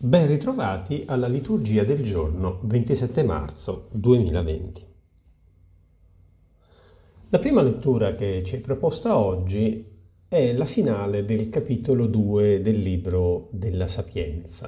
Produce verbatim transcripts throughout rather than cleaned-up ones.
Ben ritrovati alla liturgia del giorno ventisette marzo duemilaventi. La prima lettura che ci è proposta oggi è la finale del capitolo due del libro della Sapienza.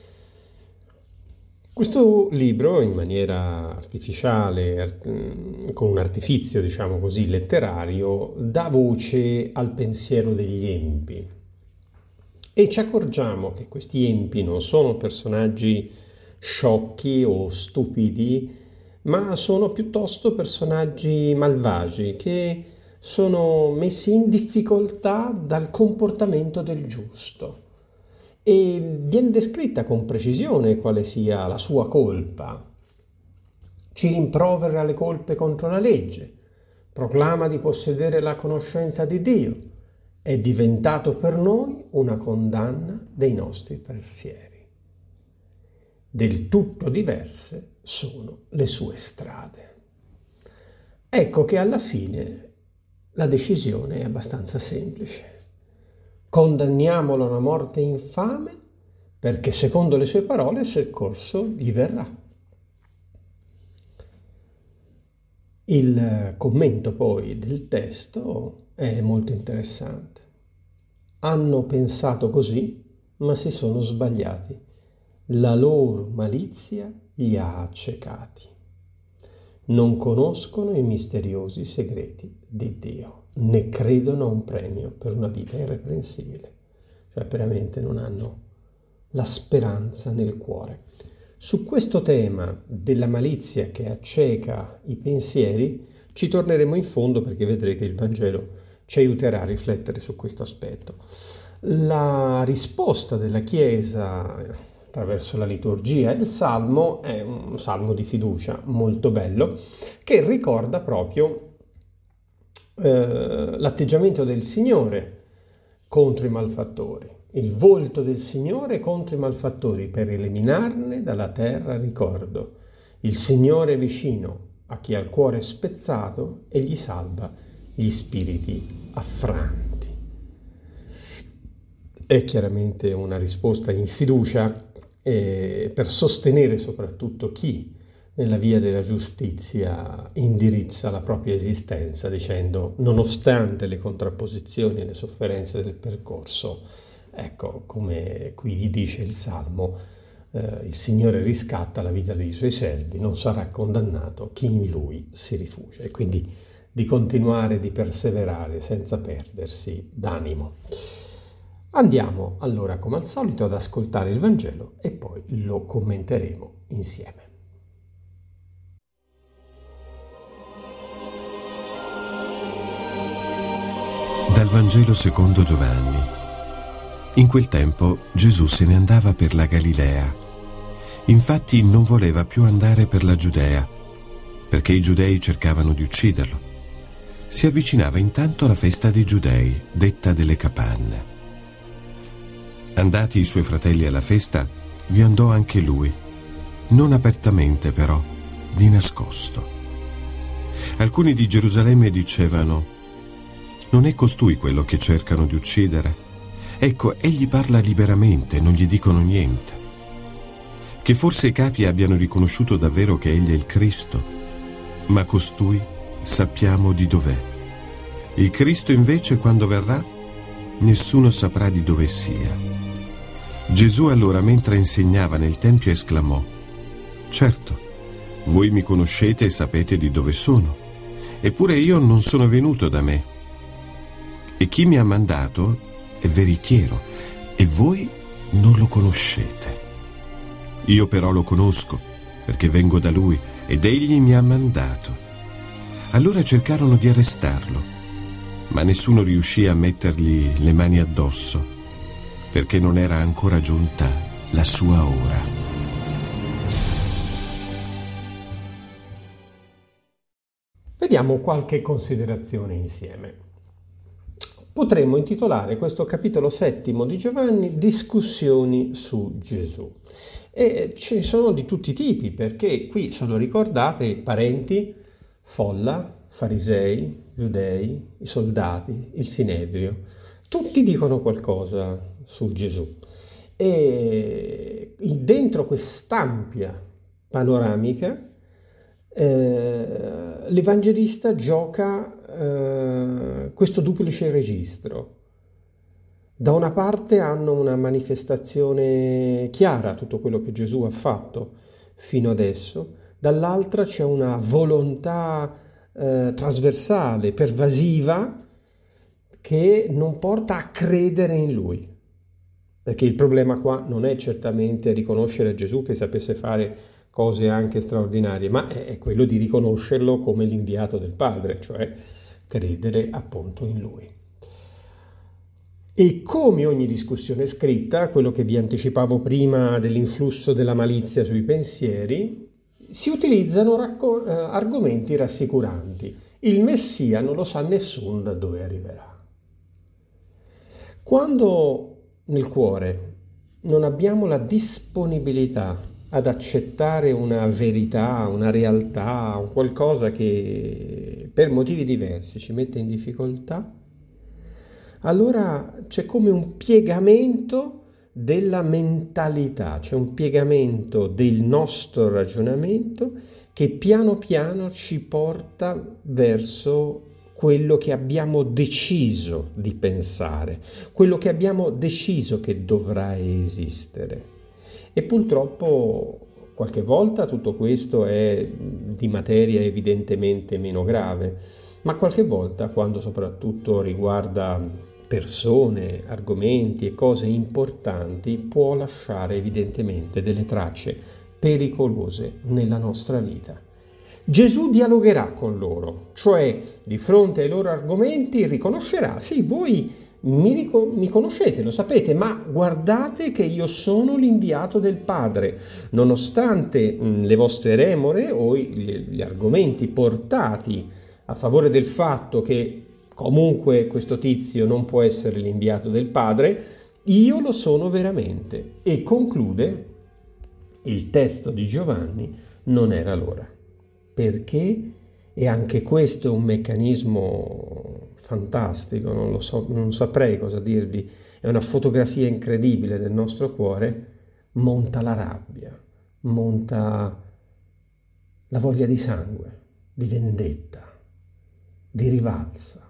Questo libro, in maniera artificiale, con un artifizio, diciamo così, letterario, dà voce al pensiero degli empi. E ci accorgiamo che questi empi non sono personaggi sciocchi o stupidi, ma sono piuttosto personaggi malvagi che sono messi in difficoltà dal comportamento del giusto. E viene descritta con precisione quale sia la sua colpa. Ci rimprovera le colpe contro la legge, proclama di possedere la conoscenza di Dio. È diventato per noi una condanna dei nostri pensieri. Del tutto diverse sono le sue strade. Ecco che alla fine la decisione è abbastanza semplice. Condanniamolo a una morte infame perché secondo le sue parole il soccorso gli verrà. Il commento poi del testo è molto interessante. Hanno pensato così, ma si sono sbagliati. La loro malizia li ha accecati. Non conoscono i misteriosi segreti di Dio, né credono a un premio per una vita irreprensibile. Cioè veramente non hanno la speranza nel cuore. Su questo tema della malizia che acceca i pensieri ci torneremo in fondo, perché vedrete che il Vangelo ci aiuterà a riflettere su questo aspetto. La risposta della Chiesa attraverso la liturgia e il Salmo è un salmo di fiducia molto bello che ricorda proprio eh, l'atteggiamento del Signore contro i malfattori, il volto del Signore contro i malfattori per eliminarne dalla terra ricordo. Il Signore è vicino a chi ha il cuore spezzato e gli salva gli spiriti affranti. È chiaramente una risposta in fiducia eh, per sostenere soprattutto chi nella via della giustizia indirizza la propria esistenza dicendo, nonostante le contrapposizioni e le sofferenze del percorso, ecco, come qui gli dice il Salmo, eh, il Signore riscatta la vita dei suoi servi, non sarà condannato chi in Lui si rifugia. E quindi di continuare, di perseverare senza perdersi d'animo. Andiamo allora, come al solito, ad ascoltare il Vangelo e poi lo commenteremo insieme. Dal Vangelo secondo Giovanni. In quel tempo Gesù se ne andava per la Galilea. Infatti non voleva più andare per la Giudea, perché i giudei cercavano di ucciderlo. Si avvicinava intanto la festa dei Giudei, detta delle Capanne. Andati i suoi fratelli alla festa, vi andò anche lui, non apertamente però, di nascosto. Alcuni di Gerusalemme dicevano: non è costui quello che cercano di uccidere? Ecco, egli parla liberamente, non gli dicono niente. Che forse i capi abbiano riconosciuto davvero che egli è il Cristo, ma costui sappiamo di dov'è. Il Cristo invece, quando verrà, nessuno saprà di dove sia. Gesù allora, mentre insegnava nel Tempio, esclamò: certo, voi mi conoscete e sapete di dove sono, eppure io non sono venuto da me. E chi mi ha mandato è veritiero, e voi non lo conoscete. Io però lo conosco, perché vengo da lui, ed egli mi ha mandato. Allora cercarono di arrestarlo, ma nessuno riuscì a mettergli le mani addosso, perché non era ancora giunta la sua ora. Vediamo qualche considerazione insieme. Potremmo intitolare questo capitolo settimo di Giovanni Discussioni su Gesù. E ce ne sono di tutti i tipi, perché qui sono ricordate parenti, folla, farisei, giudei, i soldati, il Sinedrio. Tutti dicono qualcosa su Gesù. E dentro quest'ampia panoramica eh, l'Evangelista gioca eh, questo duplice registro. Da una parte hanno una manifestazione chiara, tutto quello che Gesù ha fatto fino adesso, dall'altra c'è una volontà eh, trasversale, pervasiva, che non porta a credere in Lui. Perché il problema qua non è certamente riconoscere Gesù che sapesse fare cose anche straordinarie, ma è quello di riconoscerlo come l'inviato del Padre, cioè credere appunto in Lui. E come ogni discussione scritta, quello che vi anticipavo prima dell'influsso della malizia sui pensieri, si utilizzano racco- eh, argomenti rassicuranti. Il Messia non lo sa nessuno da dove arriverà. Quando nel cuore non abbiamo la disponibilità ad accettare una verità, una realtà, un qualcosa che per motivi diversi ci mette in difficoltà, allora c'è come un piegamento della mentalità, c'è un piegamento del nostro ragionamento che piano piano ci porta verso quello che abbiamo deciso di pensare, quello che abbiamo deciso che dovrà esistere. E purtroppo qualche volta tutto questo è di materia evidentemente meno grave, ma qualche volta, quando soprattutto riguarda persone, argomenti e cose importanti, può lasciare evidentemente delle tracce pericolose nella nostra vita. Gesù dialogherà con loro, cioè di fronte ai loro argomenti riconoscerà: sì, voi mi, rico- mi conoscete, lo sapete, ma guardate che io sono l'inviato del Padre. Nonostante mh, le vostre remore o gli, gli argomenti portati a favore del fatto che comunque questo tizio non può essere l'inviato del Padre, io lo sono veramente. E conclude il testo di Giovanni: non era l'ora. Perché? E anche questo è un meccanismo fantastico, non lo so, non saprei cosa dirvi, è una fotografia incredibile del nostro cuore. Monta la rabbia, monta la voglia di sangue, di vendetta, di rivalsa.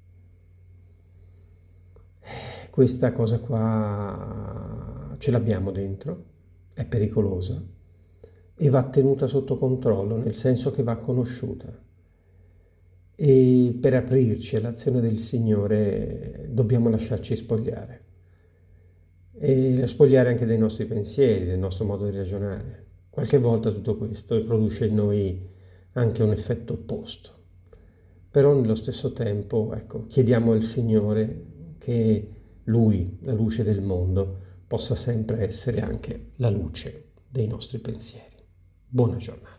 Questa cosa qua ce l'abbiamo dentro, è pericolosa e va tenuta sotto controllo, nel senso che va conosciuta. E per aprirci all'azione del Signore dobbiamo lasciarci spogliare. E spogliare anche dei nostri pensieri, del nostro modo di ragionare. Qualche volta tutto questo produce in noi anche un effetto opposto. Però nello stesso tempo, ecco, chiediamo al Signore che Lui, la luce del mondo, possa sempre essere anche la luce dei nostri pensieri. Buona giornata.